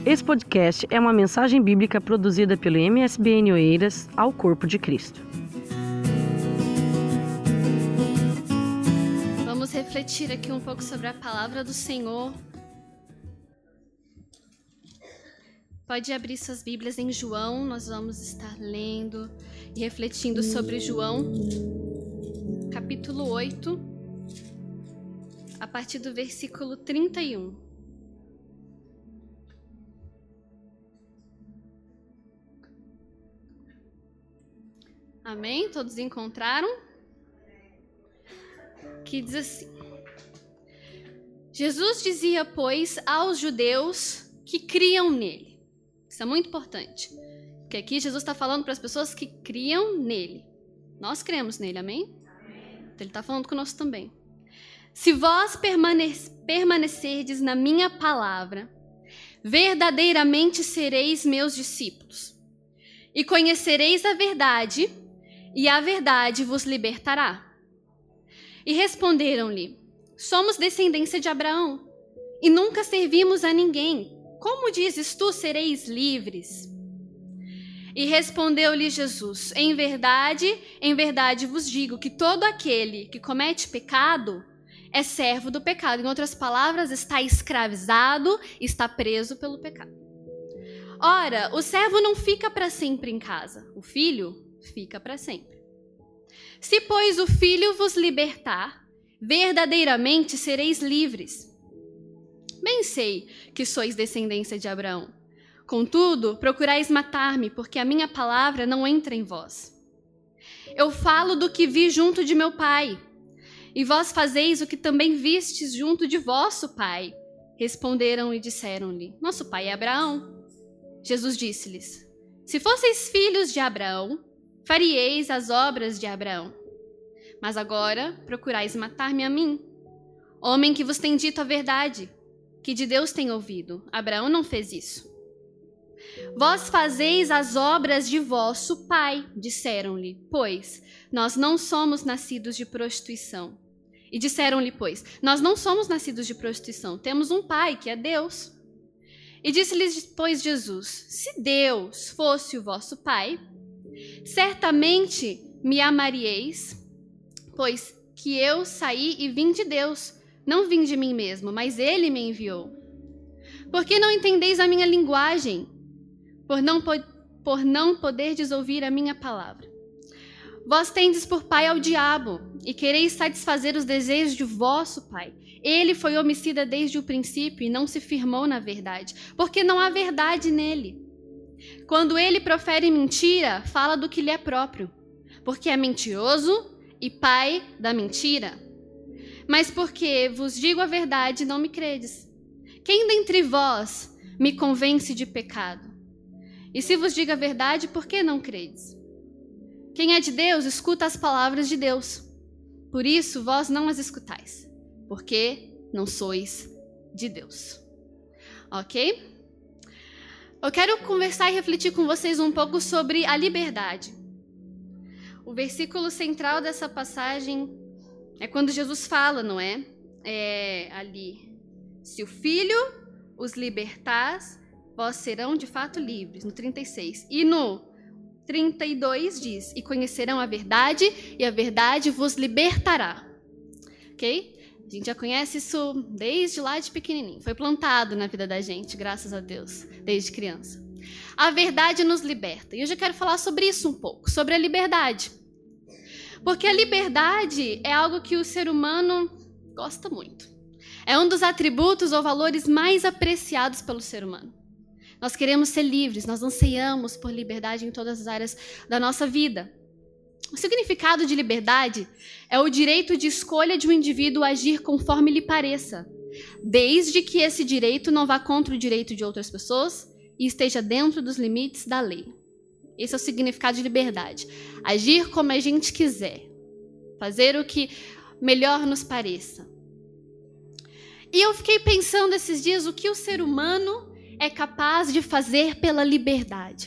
Esse podcast é uma mensagem bíblica produzida pelo MSBN Oeiras ao Corpo de Cristo. Vamos refletir aqui um pouco sobre a palavra do Senhor. Pode abrir suas Bíblias em João, nós vamos estar lendo e refletindo sobre João, capítulo 8, a partir do versículo 31. Amém? Todos encontraram? Que diz assim: Jesus dizia, pois, aos judeus que criam nele. Isso é muito importante, porque aqui Jesus está falando para as pessoas que criam nele. Nós cremos nele, amém? Então ele está falando conosco também. Se vós permanecerdes na minha palavra, verdadeiramente sereis meus discípulos, e conhecereis a verdade, e a verdade vos libertará. E responderam-lhe, somos descendência de Abraão, e nunca servimos a ninguém. Como dizes tu, sereis livres? E respondeu-lhe Jesus, em verdade vos digo que todo aquele que comete pecado é servo do pecado. Em outras palavras, está escravizado, está preso pelo pecado. Ora, o servo não fica para sempre em casa, o filho fica para sempre. Se, pois, o filho vos libertar, verdadeiramente sereis livres. Bem sei que sois descendência de Abraão. Contudo, procurais matar-me, porque a minha palavra não entra em vós. Eu falo do que vi junto de meu pai, e vós fazeis o que também vistes junto de vosso pai. Responderam e disseram-lhe, nosso pai é Abraão. Jesus disse-lhes, se fosseis filhos de Abraão, faríeis as obras de Abraão. Mas agora procurais matar-me a mim, homem que vos tem dito a verdade, que de Deus tem ouvido. Abraão não fez isso. Vós fazeis as obras de vosso pai, disseram-lhe, pois nós não somos nascidos de prostituição. E disseram-lhe, pois, nós não somos nascidos de prostituição, temos um pai, que é Deus. E disse-lhes, pois, Jesus, se Deus fosse o vosso pai, certamente me amaríeis, pois que eu saí e vim de Deus, não vim de mim mesmo, mas ele me enviou. Por que não entendeis a minha linguagem? Por não poderdes ouvir a minha palavra. Vós tendes por pai ao diabo, e quereis satisfazer os desejos de vosso pai. Ele foi homicida desde o princípio e não se firmou na verdade, porque não há verdade nele. Quando ele profere mentira, fala do que lhe é próprio, porque é mentiroso e pai da mentira. Mas porque vos digo a verdade, não me credes. Quem dentre vós me convence de pecado? E se vos digo a verdade, por que não credes? Quem é de Deus, escuta as palavras de Deus. Por isso vós não as escutais, porque não sois de Deus. Ok? Eu quero conversar e refletir com vocês um pouco sobre a liberdade. O versículo central dessa passagem é quando Jesus fala, não é? Ali, se o Filho os libertar, vós serão de fato livres, no 36. E no 32 diz, e conhecerão a verdade, e a verdade vos libertará. Ok? A gente já conhece isso desde lá de pequenininho. Foi plantado na vida da gente, graças a Deus, desde criança. A verdade nos liberta. E hoje eu quero falar sobre isso um pouco, sobre a liberdade. Porque a liberdade é algo que o ser humano gosta muito. É um dos atributos ou valores mais apreciados pelo ser humano. Nós queremos ser livres, nós anseiamos por liberdade em todas as áreas da nossa vida. O significado de liberdade é o direito de escolha de um indivíduo agir conforme lhe pareça, desde que esse direito não vá contra o direito de outras pessoas e esteja dentro dos limites da lei. Esse é o significado de liberdade. Agir como a gente quiser. Fazer o que melhor nos pareça. E eu fiquei pensando esses dias o que o ser humano é capaz de fazer pela liberdade.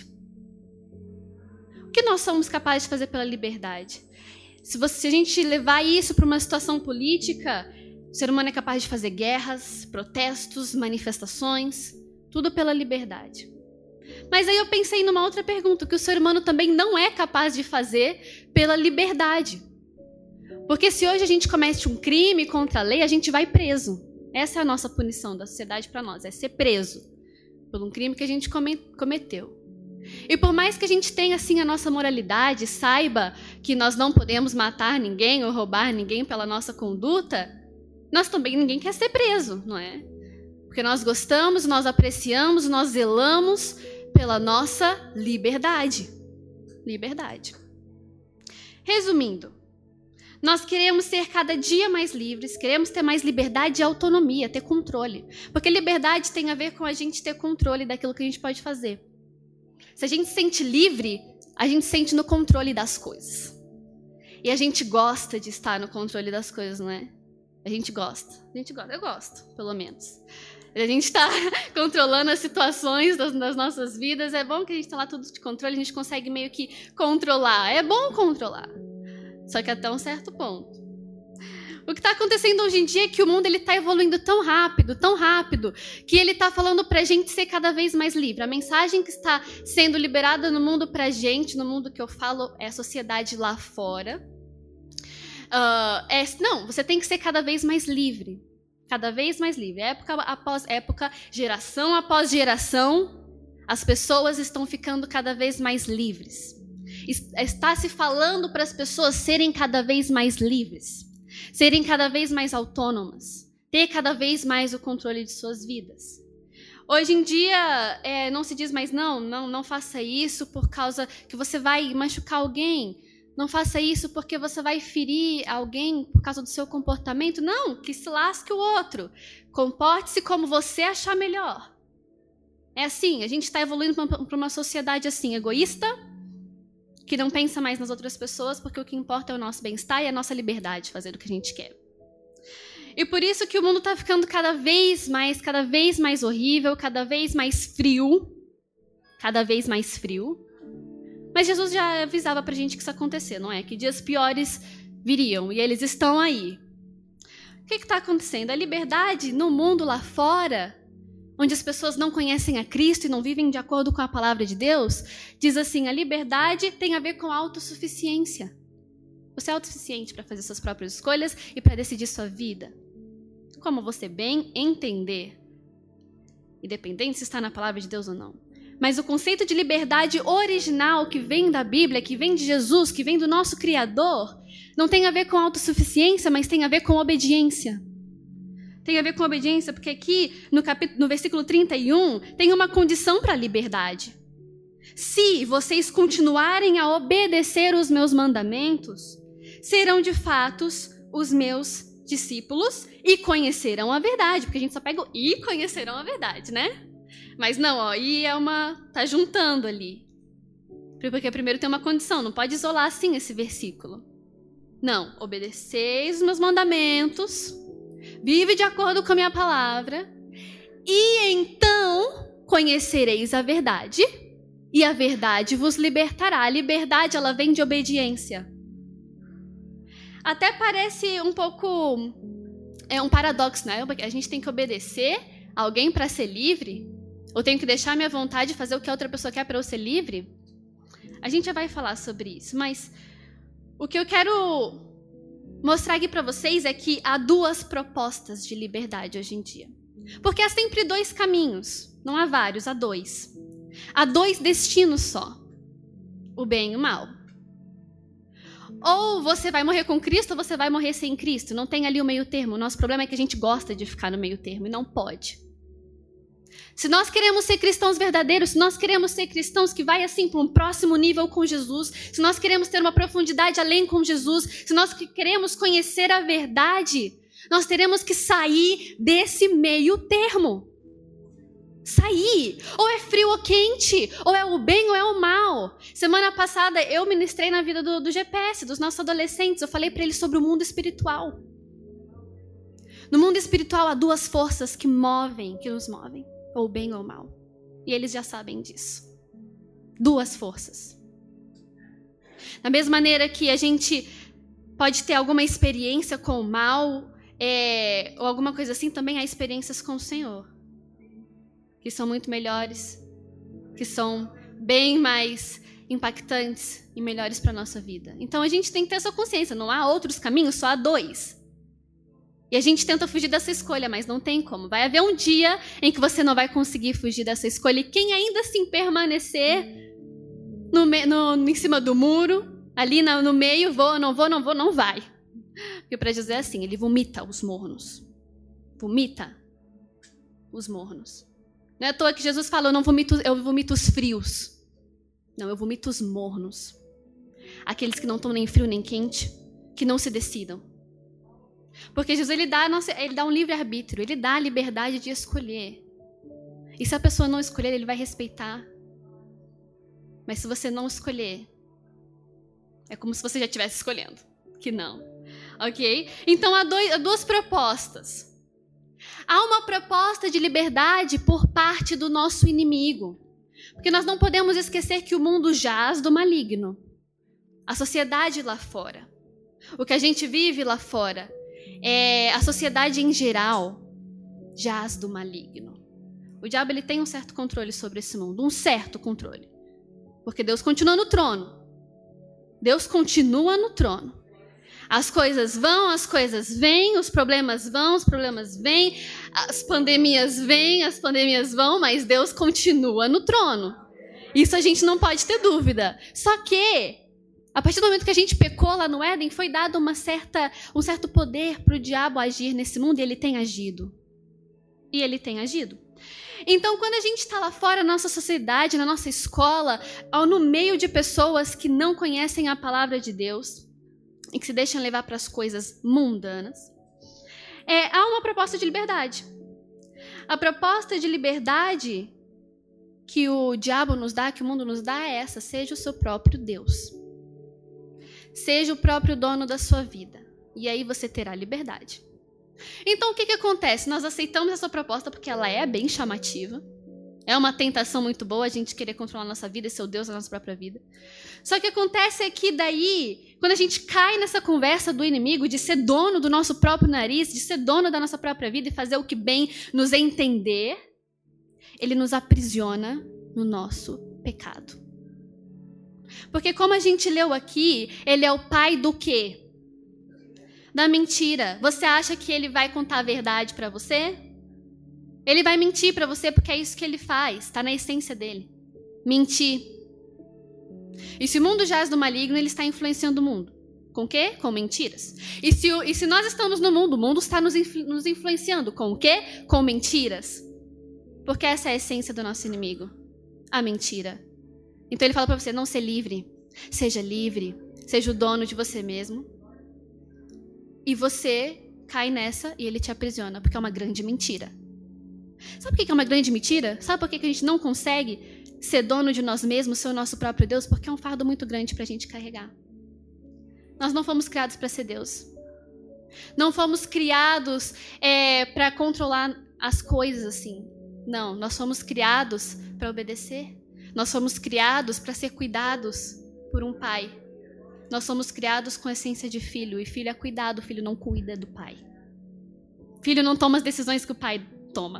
O que nós somos capazes de fazer pela liberdade? Se a gente levar isso para uma situação política, o ser humano é capaz de fazer guerras, protestos, manifestações, Tudo pela liberdade. Mas aí eu pensei numa outra pergunta, que o ser humano também não é capaz de fazer pela liberdade. Porque se hoje a gente comete um crime contra a lei, a gente vai preso. Essa é a nossa punição da sociedade para nós, é ser preso por um crime que a gente cometeu. E por mais que a gente tenha assim a nossa moralidade, saiba que nós não podemos matar ninguém ou roubar ninguém pela nossa conduta, ninguém quer ser preso, não é? Porque nós gostamos, nós apreciamos, nós zelamos pela nossa liberdade. Liberdade. Resumindo, nós queremos ser cada dia mais livres, queremos ter mais liberdade e autonomia, ter controle. Porque liberdade tem a ver com a gente ter controle daquilo que a gente pode fazer. Se a gente se sente livre, a gente se sente no controle das coisas. E a gente gosta de estar no controle das coisas, não é? A gente gosta. Eu gosto, pelo menos. A gente está controlando as situações das nossas vidas. É bom que a gente está lá tudo de controle, a gente consegue meio que controlar. É bom controlar. Só que até um certo ponto. O que está acontecendo hoje em dia é que o mundo está evoluindo tão rápido, que ele está falando para a gente ser cada vez mais livre. A mensagem que está sendo liberada no mundo para a gente, no mundo que eu falo, é a sociedade lá fora. Não, você tem que ser cada vez mais livre. Cada vez mais livre. Época após época, geração após geração, as pessoas estão ficando cada vez mais livres. Está se falando para as pessoas serem cada vez mais livres. Serem cada vez mais autônomas, ter cada vez mais o controle de suas vidas. Hoje em dia, não se diz mais não faça isso por causa que você vai machucar alguém, não faça isso porque você vai ferir alguém por causa do seu comportamento. Não, que se lasque o outro. Comporte-se como você achar melhor. É assim, a gente está evoluindo para uma sociedade assim, egoísta, que não pensa mais nas outras pessoas, porque o que importa é o nosso bem-estar e a nossa liberdade de fazer o que a gente quer. E por isso que o mundo está ficando cada vez mais horrível, cada vez mais frio. Mas Jesus já avisava pra gente que isso ia acontecer, não é? Que dias piores viriam, e eles estão aí. O que está acontecendo? A liberdade no mundo lá fora, onde as pessoas não conhecem a Cristo e não vivem de acordo com a palavra de Deus, diz assim, a liberdade tem a ver com autossuficiência. Você é autossuficiente para fazer suas próprias escolhas e para decidir sua vida. Como você bem entender. Independente se está na palavra de Deus ou não. Mas o conceito de liberdade original que vem da Bíblia, que vem de Jesus, que vem do nosso Criador, não tem a ver com autossuficiência, mas tem a ver com obediência. Tem a ver com obediência, porque aqui no versículo 31 tem uma condição para a liberdade. Se vocês continuarem a obedecer os meus mandamentos, serão de fato os meus discípulos e conhecerão a verdade, porque a gente só pega o e conhecerão a verdade, né? Mas não, e tá juntando ali. Porque primeiro tem uma condição, não pode isolar assim esse versículo. Não, obedeceis os meus mandamentos, vive de acordo com a minha palavra, e então conhecereis a verdade, e a verdade vos libertará. A liberdade, ela vem de obediência. Até parece um pouco um paradoxo, né? A gente tem que obedecer alguém para ser livre? Ou tenho que deixar minha vontade de fazer o que a outra pessoa quer para eu ser livre? A gente já vai falar sobre isso, mas o que eu quero mostrar aqui para vocês é que há duas propostas de liberdade hoje em dia. Porque há sempre dois caminhos, não há vários, há dois. Há dois destinos só, o bem e o mal. Ou você vai morrer com Cristo ou você vai morrer sem Cristo. Não tem ali o meio termo. O nosso problema é que a gente gosta de ficar no meio termo e não pode. Se nós queremos ser cristãos verdadeiros, se nós queremos ser cristãos que vai assim para um próximo nível com Jesus, se nós queremos ter uma profundidade além com Jesus, se nós queremos conhecer a verdade, nós teremos que sair desse meio termo. Sair. Ou é frio ou quente, ou é o bem ou é o mal. Semana passada eu ministrei na vida do GPS, dos nossos adolescentes. Eu falei para eles sobre o mundo espiritual. No mundo espiritual há duas forças que nos movem. Ou o bem ou o mal. E eles já sabem disso. Duas forças. Da mesma maneira que a gente pode ter alguma experiência com o mal, ou alguma coisa assim, também há experiências com o Senhor. que são muito melhores, que são bem mais impactantes e melhores para a nossa vida. Então a gente tem que ter essa consciência, não há outros caminhos, só há dois. E a gente tenta fugir dessa escolha, mas não tem como. Vai haver um dia em que você não vai conseguir fugir dessa escolha. E quem ainda assim permanecer em cima do muro, ali no meio, não vai. Porque para Jesus é assim, ele vomita os mornos. Vomita os mornos. Não é à toa que Jesus falou, eu vomito os frios. Não, eu vomito os mornos. Aqueles que não estão nem frio nem quente, que não se decidam. Porque Jesus ele dá um livre-arbítrio, ele dá a liberdade de escolher. E se a pessoa não escolher, ele vai respeitar. Mas se você não escolher, é como se você já estivesse escolhendo. Que não. Ok? Então há duas propostas. Há uma proposta de liberdade por parte do nosso inimigo. Porque nós não podemos esquecer que o mundo jaz do maligno. A sociedade lá fora. O que a gente vive lá fora. A sociedade em geral jaz do maligno. O diabo ele tem um certo controle sobre esse mundo. Um certo controle. Porque Deus continua no trono. Deus continua no trono. As coisas vão, as coisas vêm, os problemas vão, os problemas vêm, as pandemias vêm, as pandemias vão, mas Deus continua no trono. Isso a gente não pode ter dúvida. Só que, a partir do momento que a gente pecou lá no Éden, foi dado um certo poder para o diabo agir nesse mundo, e ele tem agido. E ele tem agido. Então, quando a gente está lá fora, na nossa sociedade, na nossa escola, no meio de pessoas que não conhecem a palavra de Deus, e que se deixam levar para as coisas mundanas, há uma proposta de liberdade. A proposta de liberdade que o diabo nos dá, que o mundo nos dá, é essa: seja o seu próprio Deus. Seja o próprio dono da sua vida. E aí você terá liberdade. Então o que acontece? Nós aceitamos essa proposta porque ela é bem chamativa. É uma tentação muito boa a gente querer controlar a nossa vida e ser o Deus da nossa própria vida. Só que acontece é que daí, quando a gente cai nessa conversa do inimigo de ser dono do nosso próprio nariz, de ser dono da nossa própria vida e fazer o que bem nos entender, ele nos aprisiona no nosso pecado. Porque como a gente leu aqui, ele é o pai do quê? Da mentira. Você acha que ele vai contar a verdade para você? Ele vai mentir para você porque é isso que ele faz. Está na essência dele. Mentir. E se o mundo jaz do maligno, ele está influenciando o mundo. Com o quê? Com mentiras. E se nós estamos no mundo, o mundo está nos influenciando. Com o quê? Com mentiras. Porque essa é a essência do nosso inimigo. A mentira. Então ele fala para você, não ser livre. Seja livre. Seja o dono de você mesmo. E você cai nessa e ele te aprisiona, porque é uma grande mentira. Sabe por que é uma grande mentira? Sabe por que a gente não consegue ser dono de nós mesmos, ser o nosso próprio Deus? Porque é um fardo muito grande para a gente carregar. Nós não fomos criados para ser Deus. Não fomos criados para controlar as coisas assim. Não, nós fomos criados para obedecer. Nós fomos criados para ser cuidados por um pai. Nós somos criados com a essência de filho. E filho é cuidado, filho não cuida do pai. Filho não toma as decisões que o pai toma.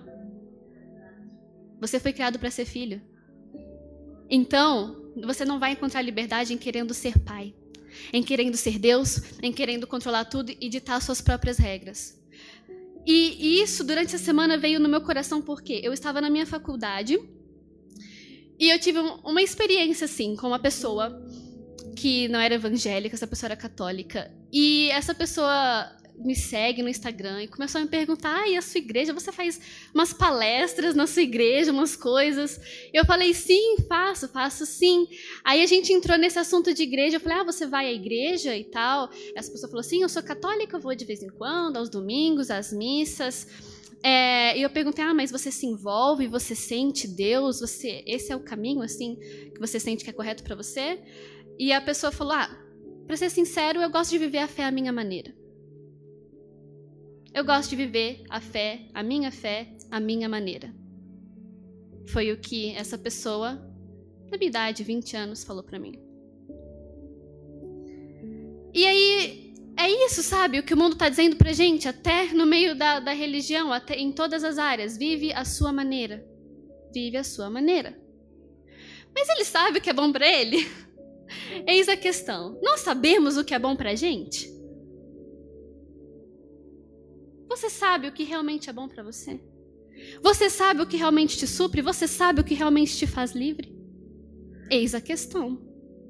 Você foi criado para ser filho. Então, você não vai encontrar liberdade em querendo ser pai. Em querendo ser Deus, em querendo controlar tudo e ditar suas próprias regras. E isso, durante essa semana, veio no meu coração porque eu estava na minha faculdade e eu tive uma experiência, assim, com uma pessoa que não era evangélica, essa pessoa era católica. E essa pessoa me segue no Instagram e começou a me perguntar, e a sua igreja, você faz umas palestras na sua igreja, umas coisas? Eu falei, sim, faço sim. Aí a gente entrou nesse assunto de igreja, eu falei, você vai à igreja e tal? Essa pessoa falou, sim, eu sou católica, eu vou de vez em quando, aos domingos, às missas. E eu perguntei, mas você se envolve, você sente Deus, esse é o caminho, assim, que você sente que é correto para você? E a pessoa falou, para ser sincero, eu gosto de viver a fé à minha maneira. Eu gosto de viver a minha fé, à minha maneira. Foi o que essa pessoa, na minha idade, 20 anos, falou para mim. E aí, é isso, sabe? O que o mundo está dizendo pra gente, até no meio da religião, até em todas as áreas. Vive a sua maneira. vive à sua maneira. Mas ele sabe o que é bom para ele? Eis a questão. Nós sabemos o que é bom para a gente? Você sabe o que realmente é bom para você? Você sabe o que realmente te supre? Você sabe o que realmente te faz livre? Eis a questão.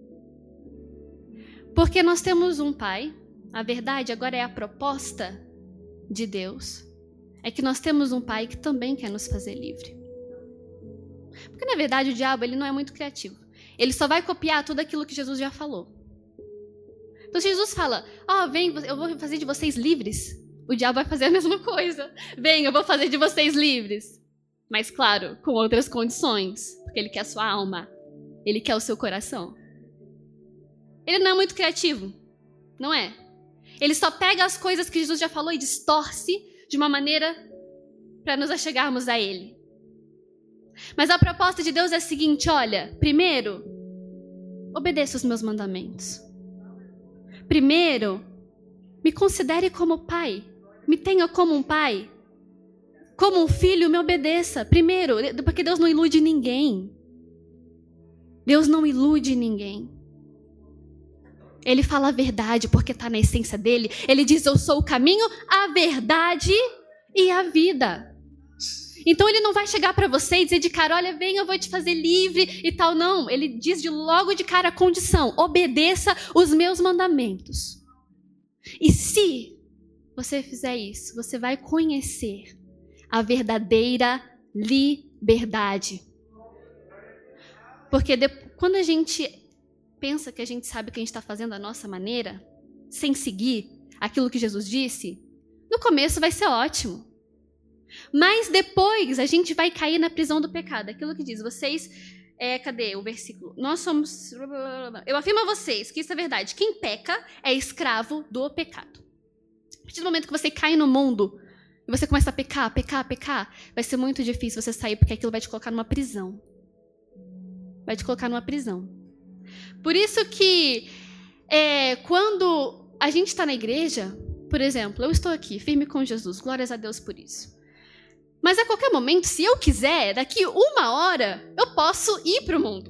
Porque nós temos um Pai, a verdade agora é a proposta de Deus, é que nós temos um Pai que também quer nos fazer livre. Porque na verdade o diabo ele não é muito criativo. Ele só vai copiar tudo aquilo que Jesus já falou. Então se Jesus fala, vem, eu vou fazer de vocês livres, o diabo vai fazer a mesma coisa. Vem, eu vou fazer de vocês livres. Mas claro, com outras condições, porque ele quer a sua alma, ele quer o seu coração. Ele não é muito criativo, não é? Ele só pega as coisas que Jesus já falou e distorce de uma maneira para nos achegarmos a ele. Mas a proposta de Deus é a seguinte, olha, primeiro, obedeça os meus mandamentos. Primeiro, me considere como pai, me tenha como um pai. Como um filho, me obedeça. Primeiro, porque Deus não ilude ninguém. Deus não ilude ninguém. Ele fala a verdade porque está na essência dele. Ele diz, eu sou o caminho, a verdade e a vida. Então ele não vai chegar para você e dizer de cara, olha, vem, eu vou te fazer livre e tal. Não, ele diz logo de cara a condição, obedeça os meus mandamentos. E se você fizer isso, você vai conhecer a verdadeira liberdade. Porque quando a gente pensa que a gente sabe que a gente está fazendo da nossa maneira, sem seguir aquilo que Jesus disse, no começo vai ser ótimo. Mas depois a gente vai cair na prisão do pecado. Aquilo que diz, vocês... cadê o versículo? Nós somos... Eu afirmo a vocês que isso é verdade. Quem peca é escravo do pecado. A partir do momento que você cai no mundo e você começa a pecar, vai ser muito difícil você sair, porque aquilo vai te colocar numa prisão. Vai te colocar numa prisão. Por isso que quando a gente está na igreja, por exemplo, eu estou aqui, firme com Jesus, glórias a Deus por isso. Mas a qualquer momento, se eu quiser, daqui 1 hora, eu posso ir para o mundo.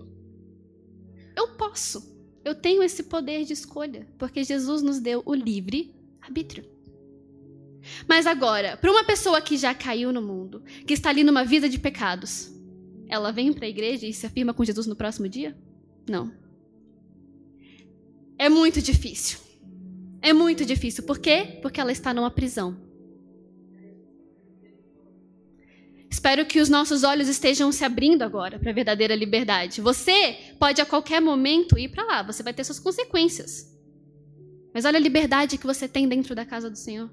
Eu posso. Eu tenho esse poder de escolha, porque Jesus nos deu o livre arbítrio. Mas agora, para uma pessoa que já caiu no mundo, que está ali numa vida de pecados, ela vem para a igreja e se afirma com Jesus no próximo dia? Não. É muito difícil. É muito difícil. Por quê? Porque ela está numa prisão. Espero que os nossos olhos estejam se abrindo agora para a verdadeira liberdade. Você pode a qualquer momento ir para lá. Você vai ter suas consequências. Mas olha a liberdade que você tem dentro da casa do Senhor.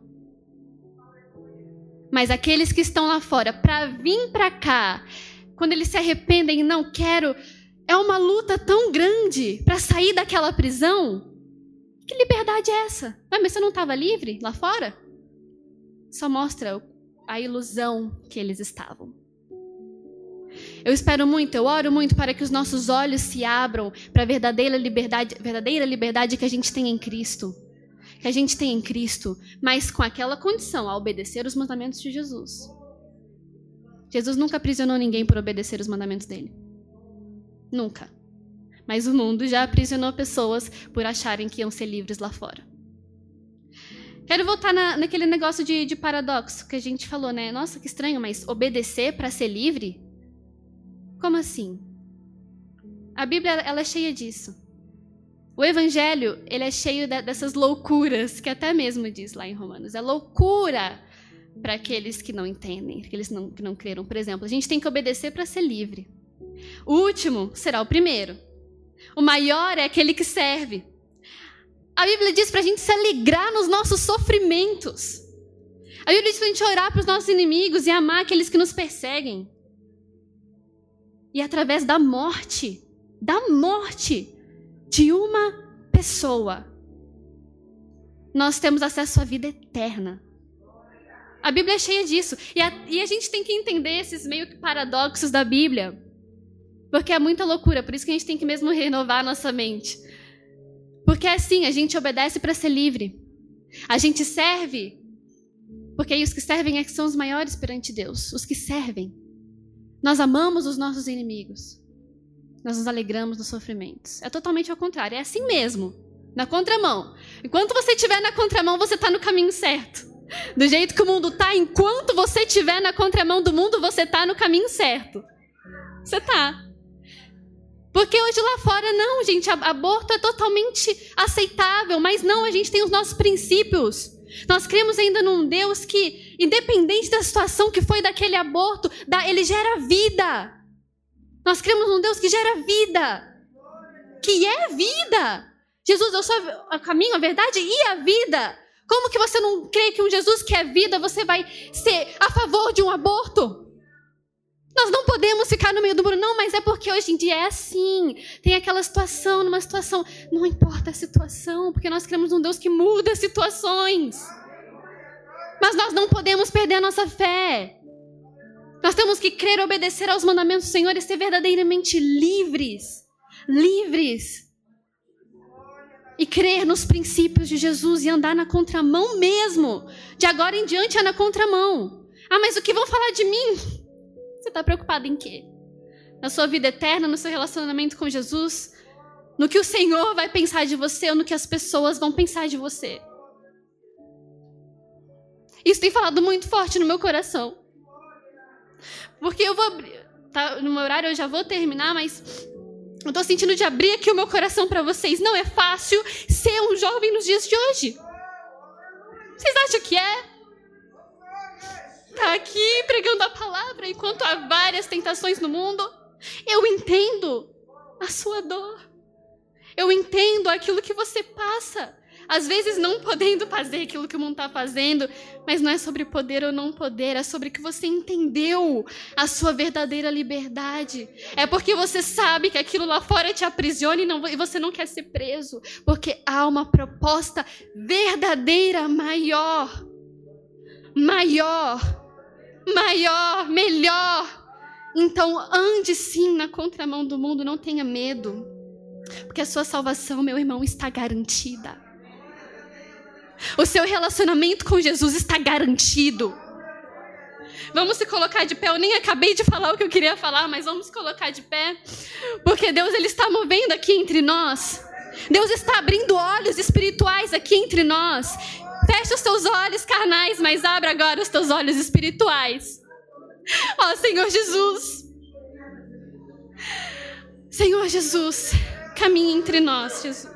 Mas aqueles que estão lá fora, para vir para cá, quando eles se arrependem e não quero, é uma luta tão grande para sair daquela prisão. Que liberdade é essa? Mas você não estava livre lá fora? Só mostra a ilusão que eles estavam. Eu espero muito, eu oro muito para que os nossos olhos se abram para a verdadeira liberdade que a gente tem em Cristo. Que a gente tem em Cristo, mas com aquela condição, a obedecer os mandamentos de Jesus. Jesus nunca aprisionou ninguém por obedecer os mandamentos dele. Nunca. Mas o mundo já aprisionou pessoas por acharem que iam ser livres lá fora. Quero voltar naquele negócio de paradoxo que a gente falou, né? Nossa, que estranho, mas obedecer para ser livre? Como assim? A Bíblia ela é cheia disso. O Evangelho ele é cheio dessas loucuras, que até mesmo diz lá em Romanos. É loucura para aqueles que não entendem, aqueles que não creram. Por exemplo, a gente tem que obedecer para ser livre. O último será o primeiro. O maior é aquele que serve. A Bíblia diz para a gente se alegrar nos nossos sofrimentos. A Bíblia diz para a gente orar para os nossos inimigos e amar aqueles que nos perseguem. E através da morte de uma pessoa, nós temos acesso à vida eterna. A Bíblia é cheia disso. E a gente tem que entender esses meio que paradoxos da Bíblia. Porque é muita loucura, por isso que a gente tem que mesmo renovar a nossa mente. Porque é assim, a gente obedece para ser livre. A gente serve, porque aí os que servem é que são os maiores perante Deus, os que servem. Nós amamos os nossos inimigos. Nós nos alegramos nos sofrimentos. É totalmente ao contrário, é assim mesmo, na contramão. Enquanto você estiver na contramão, você está no caminho certo. Do jeito que o mundo está, enquanto você estiver na contramão do mundo, você está no caminho certo. Você está. Porque hoje lá fora, não, gente, aborto é totalmente aceitável, mas não, a gente tem os nossos princípios. Nós cremos ainda num Deus que, independente da situação que foi daquele aborto, ele gera vida. Nós cremos num Deus que gera vida, que é vida. Jesus, eu sou o caminho, a verdade e a vida. Como que você não crê que um Jesus que é vida, você vai ser a favor de um aborto? Nós não podemos ficar no meio do muro, não, mas é porque hoje em dia é assim. Tem aquela situação, numa situação, não importa a situação, porque nós cremos num Deus que muda situações. Mas nós não podemos perder a nossa fé. Nós temos que crer e obedecer aos mandamentos do Senhor e ser verdadeiramente livres. Livres. E crer nos princípios de Jesus e andar na contramão mesmo. De agora em diante é na contramão. Ah, mas o que vão falar de mim? Você está preocupado em quê? Na sua vida eterna, no seu relacionamento com Jesus? No que o Senhor vai pensar de você ou no que as pessoas vão pensar de você? Isso tem falado muito forte no meu coração. Porque eu vou abrir... Tá, no meu horário eu já vou terminar, mas... eu estou sentindo de abrir aqui o meu coração para vocês. Não é fácil ser um jovem nos dias de hoje. Vocês acham que é? Tá aqui pregando a palavra enquanto há várias tentações no mundo. Eu entendo a sua dor. Eu entendo aquilo que você passa. Às vezes não podendo fazer aquilo que o mundo está fazendo, mas não é sobre poder ou não poder, é sobre que você entendeu a sua verdadeira liberdade. É porque você sabe que aquilo lá fora te aprisiona e você não quer ser preso, porque há uma proposta verdadeira maior, melhor. Então ande sim na contramão do mundo, não tenha medo, porque a sua salvação, meu irmão, está garantida. O seu relacionamento com Jesus está garantido. Vamos se colocar de pé. Eu nem acabei de falar o que eu queria falar, mas vamos colocar de pé. Porque Deus, Ele está movendo aqui entre nós. Deus está abrindo olhos espirituais aqui entre nós. Fecha os teus olhos carnais, mas abra agora os teus olhos espirituais. Ó Senhor Jesus. Senhor Jesus, caminhe entre nós, Jesus.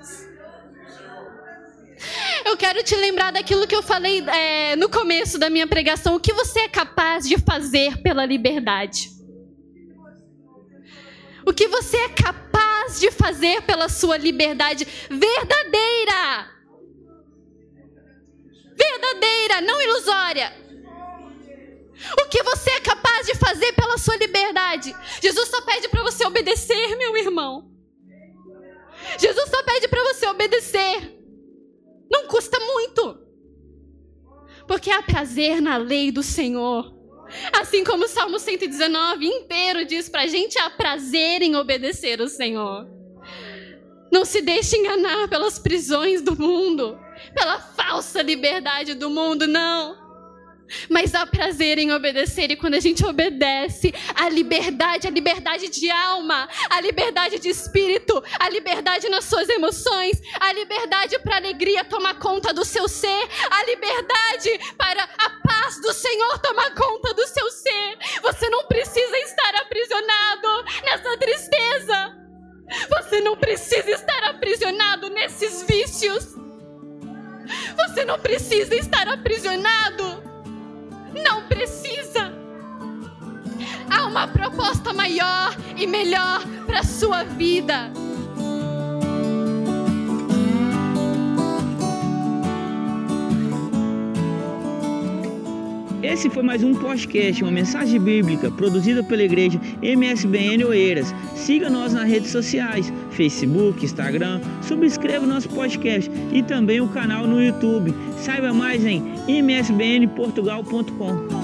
Eu quero te lembrar daquilo que eu falei no começo da minha pregação. O que você é capaz de fazer pela liberdade? O que você é capaz de fazer pela sua liberdade verdadeira? Verdadeira, não ilusória. O que você é capaz de fazer pela sua liberdade? Jesus só pede para você obedecer, meu irmão. Jesus só pede para você obedecer. Não custa muito, porque há prazer na lei do Senhor. Assim como o Salmo 119 inteiro diz pra gente, há prazer em obedecer o Senhor. Não se deixe enganar pelas prisões do mundo, pela falsa liberdade do mundo, não. Mas há prazer em obedecer, e quando a gente obedece, a liberdade de alma, a liberdade de espírito, a liberdade nas suas emoções, a liberdade para a alegria tomar conta do seu ser, a liberdade para a paz do Senhor tomar conta do seu ser. Você não precisa estar aprisionado nessa tristeza. Você não precisa estar aprisionado nesses vícios. Você não precisa estar aprisionado. Não precisa. Há uma proposta maior e melhor para a sua vida. Esse foi mais um podcast, uma mensagem bíblica produzida pela igreja MSBN Oeiras. Siga nós nas redes sociais, Facebook, Instagram, subscreva o nosso podcast e também o canal no YouTube. Saiba mais em msbnportugal.com.